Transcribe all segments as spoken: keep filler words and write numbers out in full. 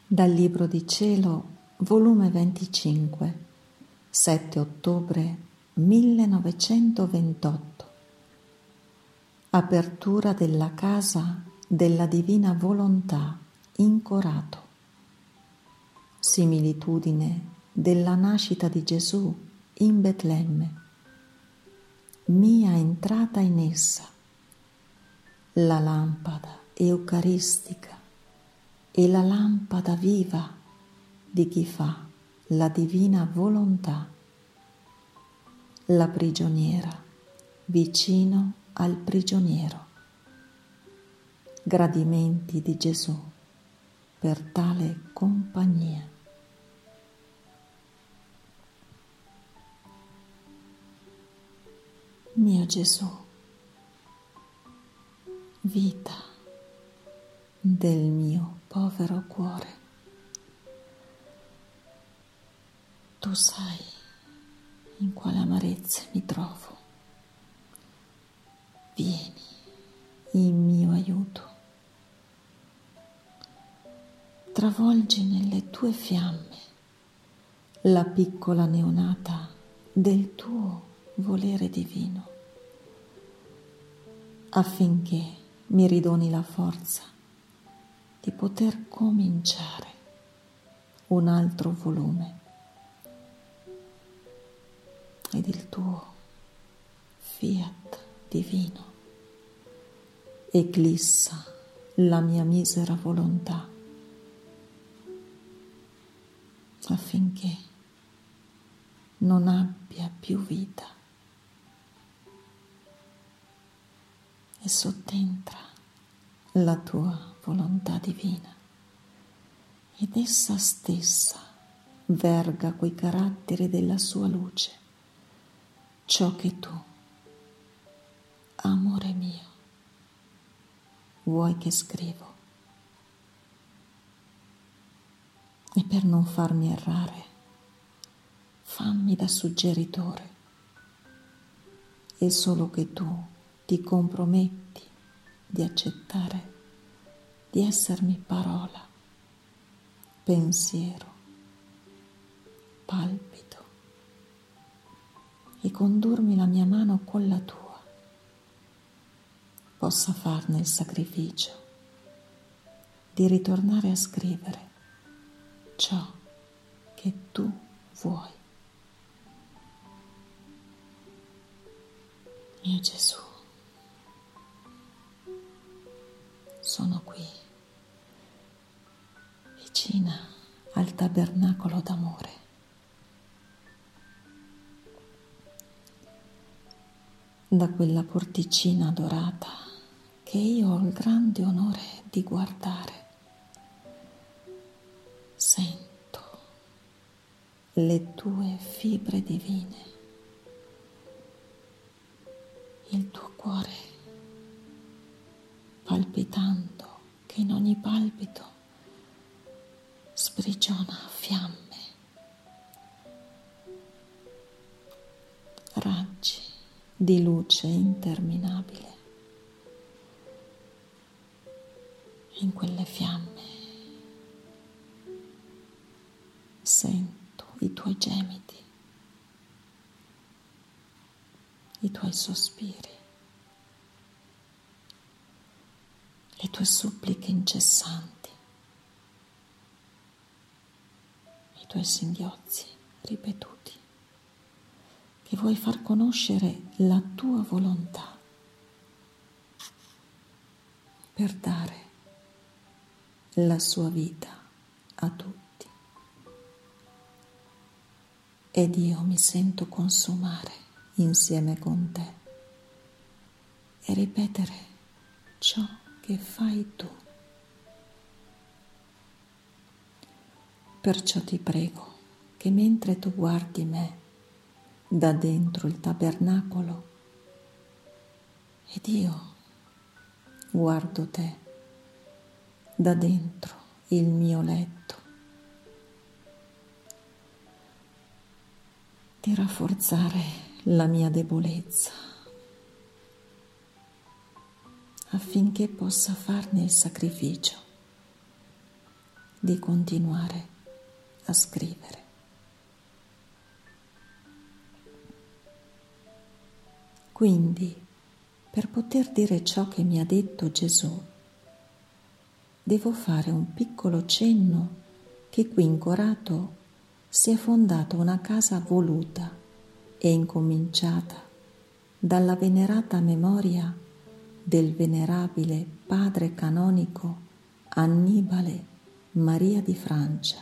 Dal Libro di Cielo, volume venticinque, sette ottobre millenovecentoventotto. Apertura della casa della Divina Volontà in Corato. Similitudine della nascita di Gesù in Betlemme. Mia entrata in essa. La lampada eucaristica e la lampada viva di chi fa la divina volontà, la prigioniera vicino al prigioniero. Gradimenti di Gesù per tale compagnia. Mio Gesù, vita del mio povero cuore, tu sai in quale amarezze mi trovo. Vieni in mio aiuto, travolgi nelle tue fiamme la piccola neonata del tuo volere divino, affinché mi ridoni la forza di poter cominciare un altro volume ed il tuo fiat divino eclissa la mia misera volontà, affinché non abbia più vita e sottentra la tua volontà divina ed essa stessa verga coi caratteri della sua luce ciò che tu, amore mio, vuoi che scrivo. E per non farmi errare, fammi da suggeritore, e solo che tu ti comprometti di accettare di essermi parola, pensiero, palpito, e condurmi la mia mano con la tua, possa farne il sacrificio di ritornare a scrivere ciò che tu vuoi. Mio Gesù, sono qui, vicina al tabernacolo d'amore. Da quella porticina dorata che io ho il grande onore di guardare, sento le tue fibre divine, il tuo cuore palpitando, che in ogni palpito sprigiona fiamme, raggi di luce interminabile. In quelle fiamme sento i tuoi gemiti, i tuoi sospiri, le tue suppliche incessanti, i tuoi singhiozzi ripetuti, che vuoi far conoscere la tua volontà per dare la sua vita a tutti. Ed io mi sento consumare insieme con te e ripetere ciò che fai tu. Perciò ti prego che mentre tu guardi me da dentro il tabernacolo ed io guardo te da dentro il mio letto, di rafforzare la mia debolezza affinché possa farne il sacrificio di continuare a scrivere. Quindi, per poter dire ciò che mi ha detto Gesù, devo fare un piccolo cenno che qui in Corato si è fondata una casa voluta e incominciata dalla venerata memoria del venerabile padre canonico Annibale Maria di Francia,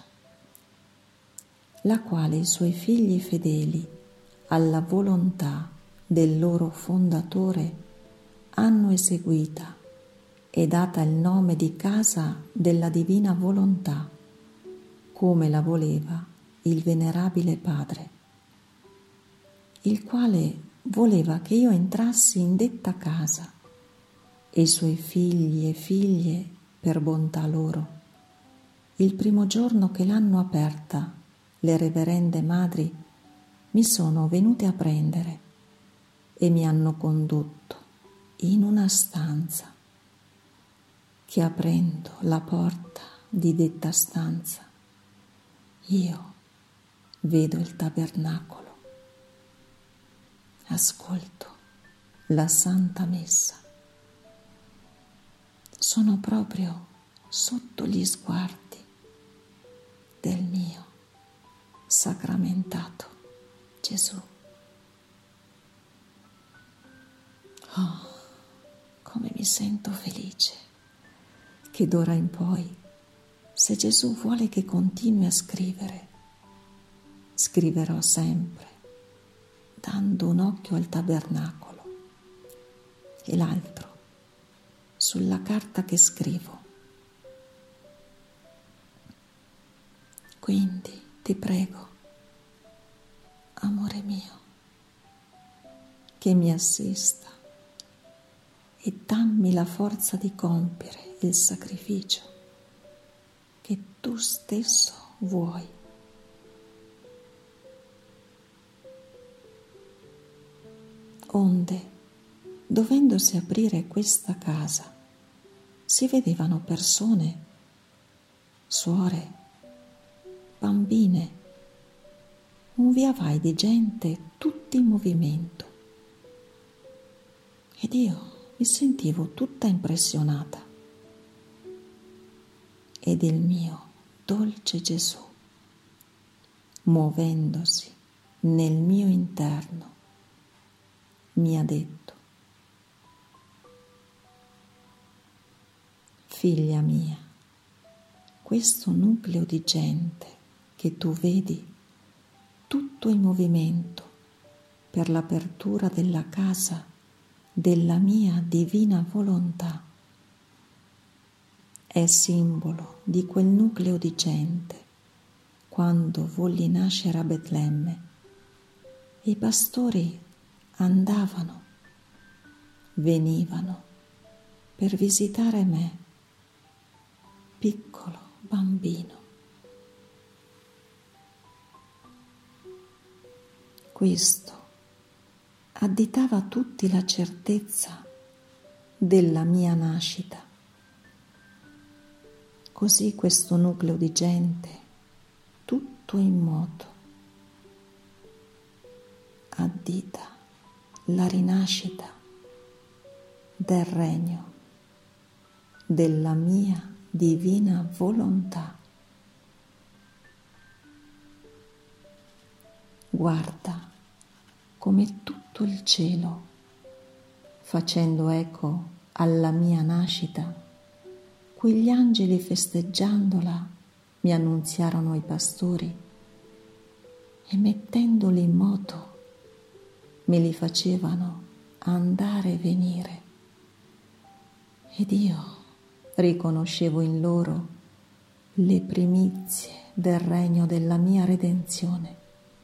la quale i suoi figli fedeli alla volontà del loro fondatore hanno eseguita e data il nome di Casa della Divina Volontà, come la voleva il venerabile padre, il quale voleva che io entrassi in detta casa e i suoi figli e figlie, per bontà loro, il primo giorno che l'hanno aperta, le reverende madri mi sono venute a prendere e mi hanno condotto in una stanza che, aprendo la porta di detta stanza, io vedo il tabernacolo, ascolto la Santa Messa, sono proprio sotto gli sguardi del mio sacramentato Gesù. Oh, come mi sento felice che d'ora in poi, se Gesù vuole che continui a scrivere, scriverò sempre, dando un occhio al tabernacolo e l'altro sulla carta che scrivo. Quindi ti prego, amore mio, che mi assista e dammi la forza di compiere il sacrificio che tu stesso vuoi. Onde, dovendosi aprire questa casa, si vedevano persone, suore, bambine, un via vai di gente tutti in movimento. Ed io mi sentivo tutta impressionata. Ed il mio dolce Gesù, muovendosi nel mio interno, mi ha detto: figlia mia, questo nucleo di gente che tu vedi tutto in movimento per l'apertura della casa della mia divina volontà è simbolo di quel nucleo di gente quando volli nascere a Betlemme. I pastori andavano, venivano per visitare me, piccolo bambino. Questo additava a tutti la certezza della mia nascita. Così questo nucleo di gente, tutto in moto, addita la rinascita del regno della mia divina volontà. Guarda come tutto il cielo, facendo eco alla mia nascita, quegli angeli festeggiandola mi annunziarono i pastori e mettendoli in moto me li facevano andare e venire. Ed io riconoscevo in loro le primizie del regno della mia redenzione.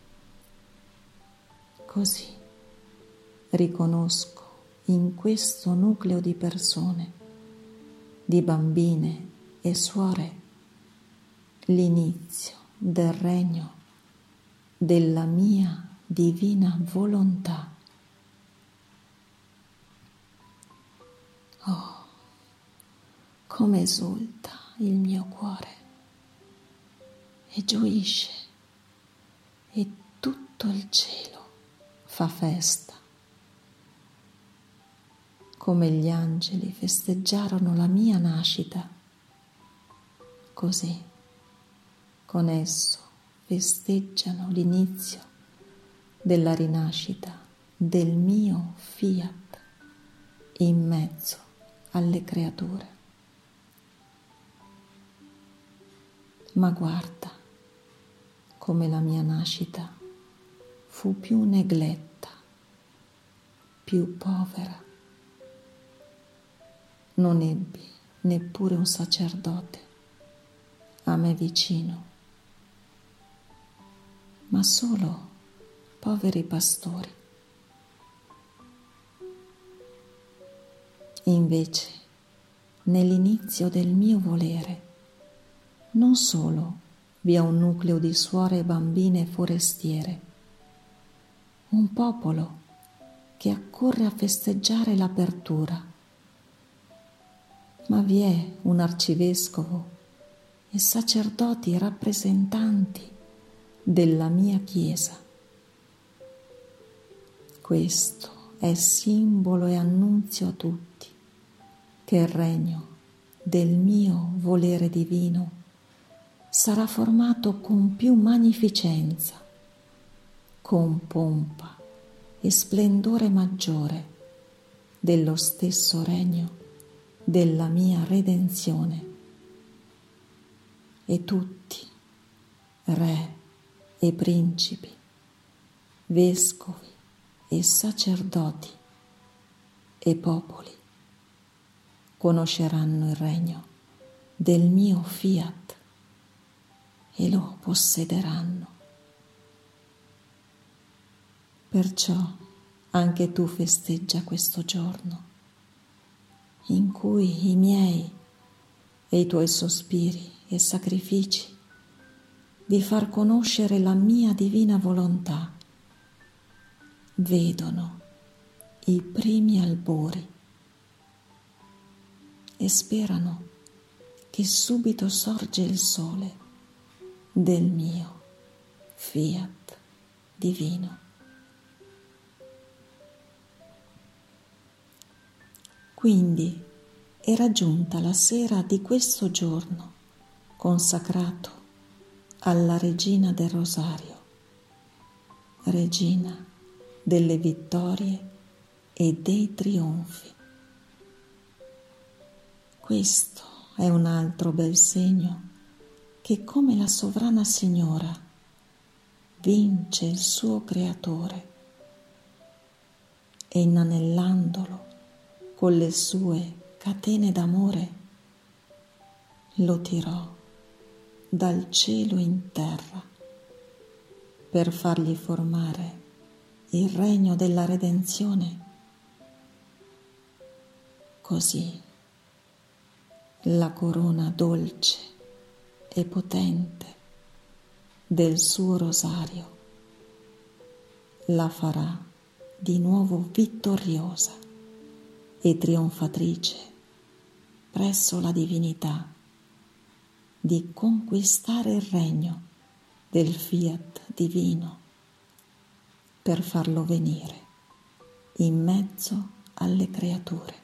Così riconosco in questo nucleo di persone, di bambine e suore, l'inizio del regno della mia divina volontà. Oh, come esulta il mio cuore e gioisce e tutto il cielo fa festa, come gli angeli festeggiarono la mia nascita, così con esso festeggiano l'inizio della rinascita del mio fiat in mezzo alle creature. Ma guarda come la mia nascita fu più negletta, più povera. Non ebbi neppure un sacerdote a me vicino, ma solo poveri pastori. Invece, nell'inizio del mio volere, non solo vi è un nucleo di suore e bambine forestiere, un popolo che accorre a festeggiare l'apertura, ma vi è un arcivescovo e sacerdoti rappresentanti della mia Chiesa. Questo è simbolo e annunzio a tutti che il regno del mio volere divino sarà formato con più magnificenza, con pompa e splendore maggiore dello stesso regno della mia redenzione. E tutti, re e principi, vescovi e sacerdoti e popoli, conosceranno il regno del mio fiat e lo possederanno. Perciò anche tu festeggia questo giorno in cui i miei e i tuoi sospiri e sacrifici di far conoscere la mia divina volontà vedono i primi albori e sperano che subito sorge il sole del mio fiat divino. Quindi era giunta la sera di questo giorno consacrato alla Regina del Rosario, Regina delle vittorie e dei trionfi. Questo è un altro bel segno che, come la sovrana Signora vince il suo Creatore e inanellandolo con le sue catene d'amore lo tirò dal cielo in terra per fargli formare il regno della redenzione. Così la corona dolce e potente del suo rosario la farà di nuovo vittoriosa e trionfatrice presso la divinità di conquistare il regno del fiat divino per farlo venire in mezzo alle creature.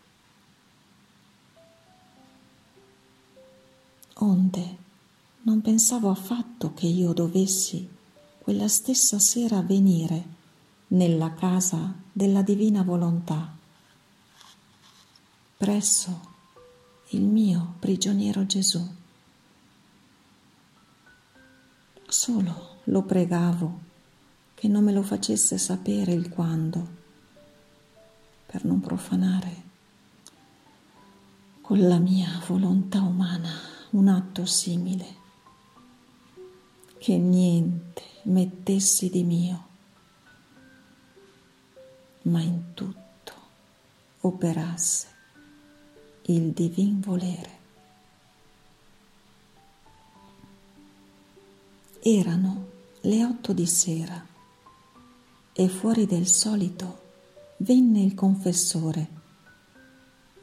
Onde non pensavo affatto che io dovessi quella stessa sera venire nella casa della divina volontà, presso il mio prigioniero Gesù. Solo lo pregavo che non me lo facesse sapere il quando, per non profanare con la mia volontà umana un atto simile, che niente mettessi di mio, ma in tutto operasse il divin volere. Erano le otto di sera e fuori del solito venne il confessore,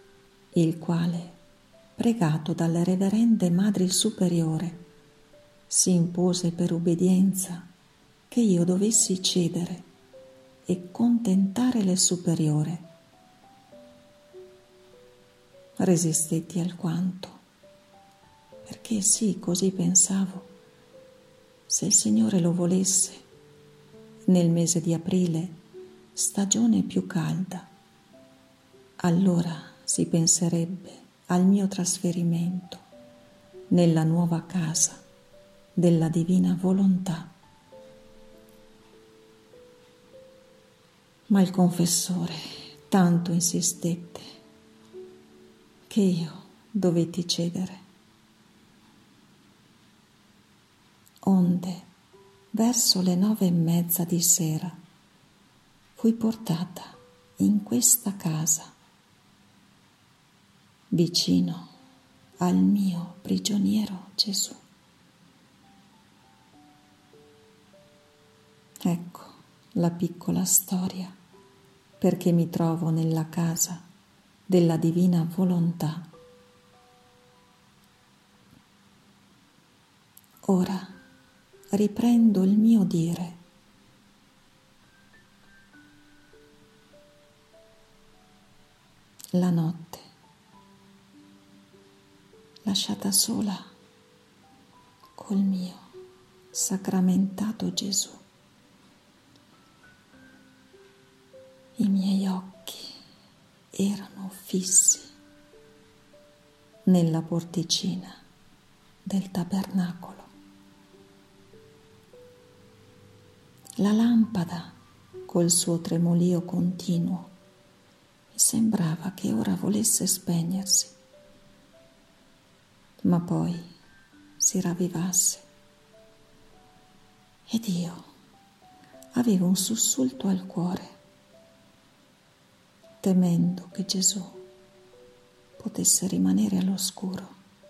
il quale, pregato dalle reverende madri superiore, si impose per ubbidienza che io dovessi cedere e contentare le superiore. Resistetti alquanto, perché sì, così pensavo, se il Signore lo volesse, nel mese di aprile, stagione più calda, allora si penserebbe al mio trasferimento nella nuova casa della divina volontà. Ma il confessore tanto insistette che io dovetti cedere. Onde, verso le nove e mezza di sera, fui portata in questa casa, vicino al mio prigioniero Gesù. Ecco la piccola storia perché mi trovo nella casa della divina volontà. Ora riprendo il mio dire. La notte, lasciata sola col mio sacramentato Gesù, i miei occhi erano fissi nella porticina del tabernacolo. La lampada col suo tremolio continuo mi sembrava che ora volesse spegnersi, ma poi si ravvivasse ed io avevo un sussulto al cuore, temendo che Gesù potesse rimanere all'oscuro.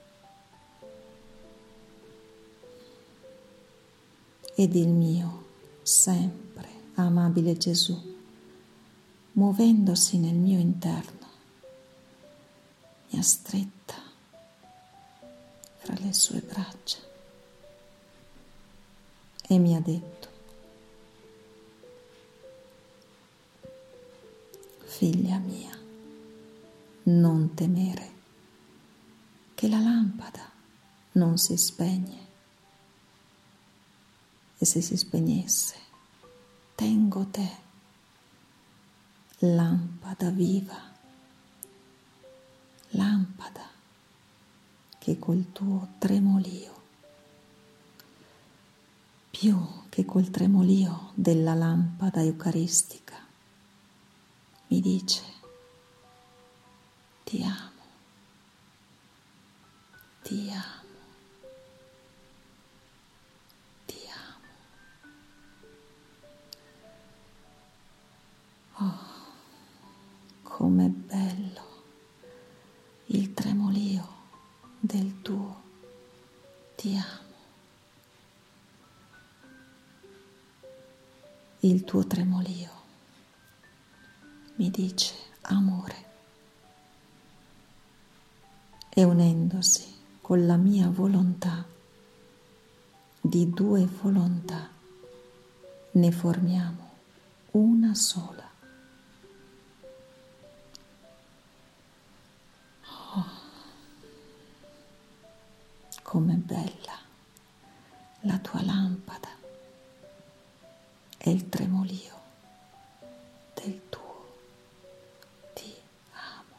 Ed il mio sempre amabile Gesù, muovendosi nel mio interno, mi ha stretta fra le sue braccia e mi ha detto: figlia mia, non temere, che la lampada non si spegne, e se si spegnesse, tengo te, lampada viva, lampada che col tuo tremolio, più che col tremolio della lampada eucaristica, mi dice: ti amo, ti amo, ti amo. Oh, com'è bello il tremolio del tuo ti amo. Il tuo tremolio mi dice amore, e unendosi con la mia volontà, di due volontà ne formiamo una sola. Oh, com'è bella la tua lampada e il tremolio del tuo ti amo.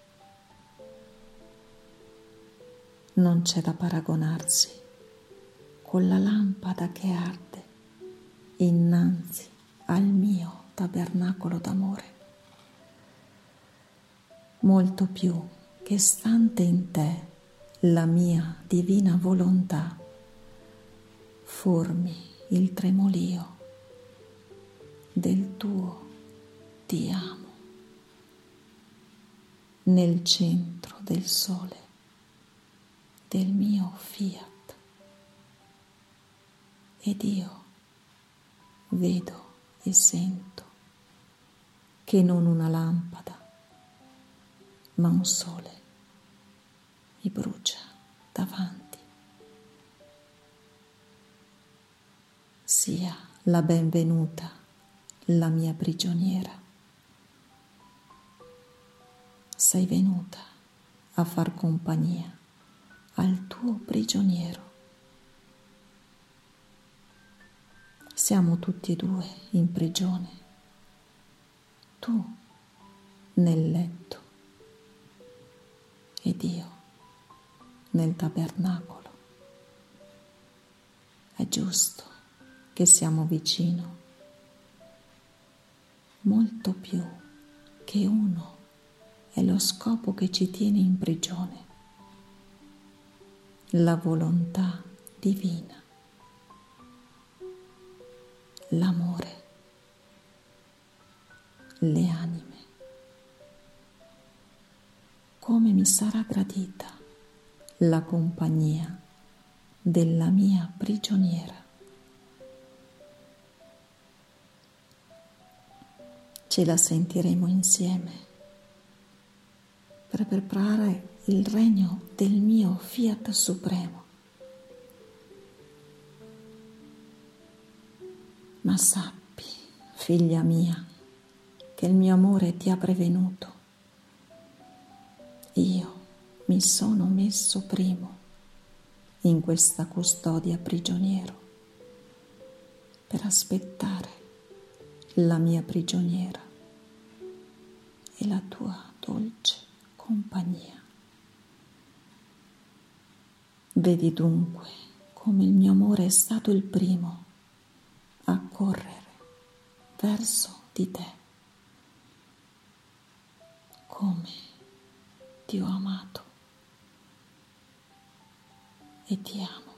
Non c'è da paragonarsi con la lampada che arde innanzi al mio tabernacolo d'amore, molto più che stante in te la mia divina volontà formi il tremolio del tuo ti amo nel centro del sole del mio fiat. Ed io vedo e sento che non una lampada, ma un sole mi brucia davanti. sia la benvenuta, la mia prigioniera. Sei venuta a far compagnia al tuo prigioniero. Siamo tutti e due in prigione, tu nel letto ed io nel tabernacolo. È giusto che siamo vicino, molto più che uno è lo scopo che ci tiene in prigione, la volontà divina, l'amore, le anime. Come mi sarà gradita la compagnia della mia prigioniera. Ce la sentiremo insieme per preparare il regno del mio Fiat Supremo. Ma sappi, figlia mia, che il mio amore ti ha prevenuto. Io mi sono messo primo in questa custodia prigioniero per aspettare la mia prigioniera e la tua dolce compagnia. Vedi dunque come il mio amore è stato il primo a correre verso di te. Come ti ho amato e ti amo.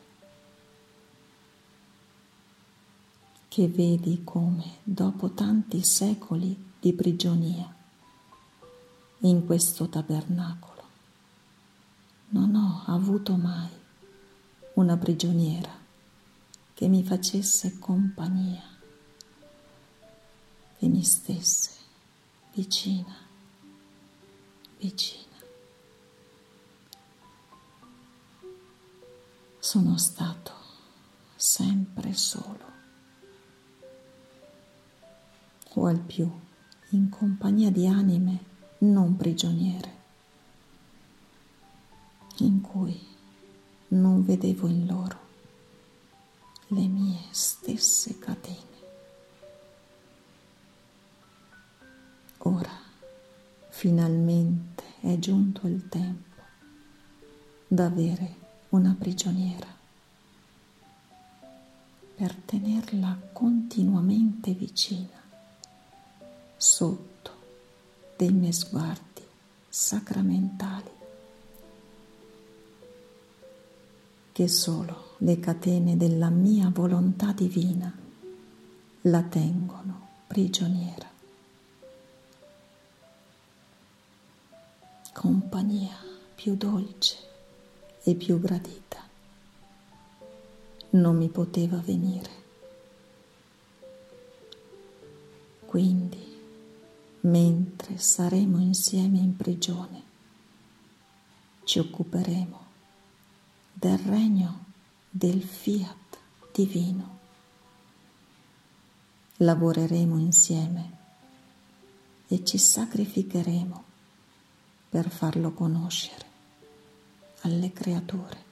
Che vedi come dopo tanti secoli di prigionia in questo tabernacolo non ho avuto mai una prigioniera che mi facesse compagnia, che mi stesse vicina, vicina. Sono stato sempre solo, o al più in compagnia di anime non prigioniere, in cui non vedevo in loro le mie stesse catene. Ora finalmente è giunto il tempo d'avere una prigioniera per tenerla continuamente vicina, sotto dei miei sguardi sacramentali, che solo le catene della mia volontà divina la tengono prigioniera. Compagnia più dolce e più gradita non mi poteva venire. Quindi, mentre saremo insieme in prigione, ci occuperemo del regno del Fiat divino. Lavoreremo insieme e ci sacrificheremo per farlo conoscere alle creature.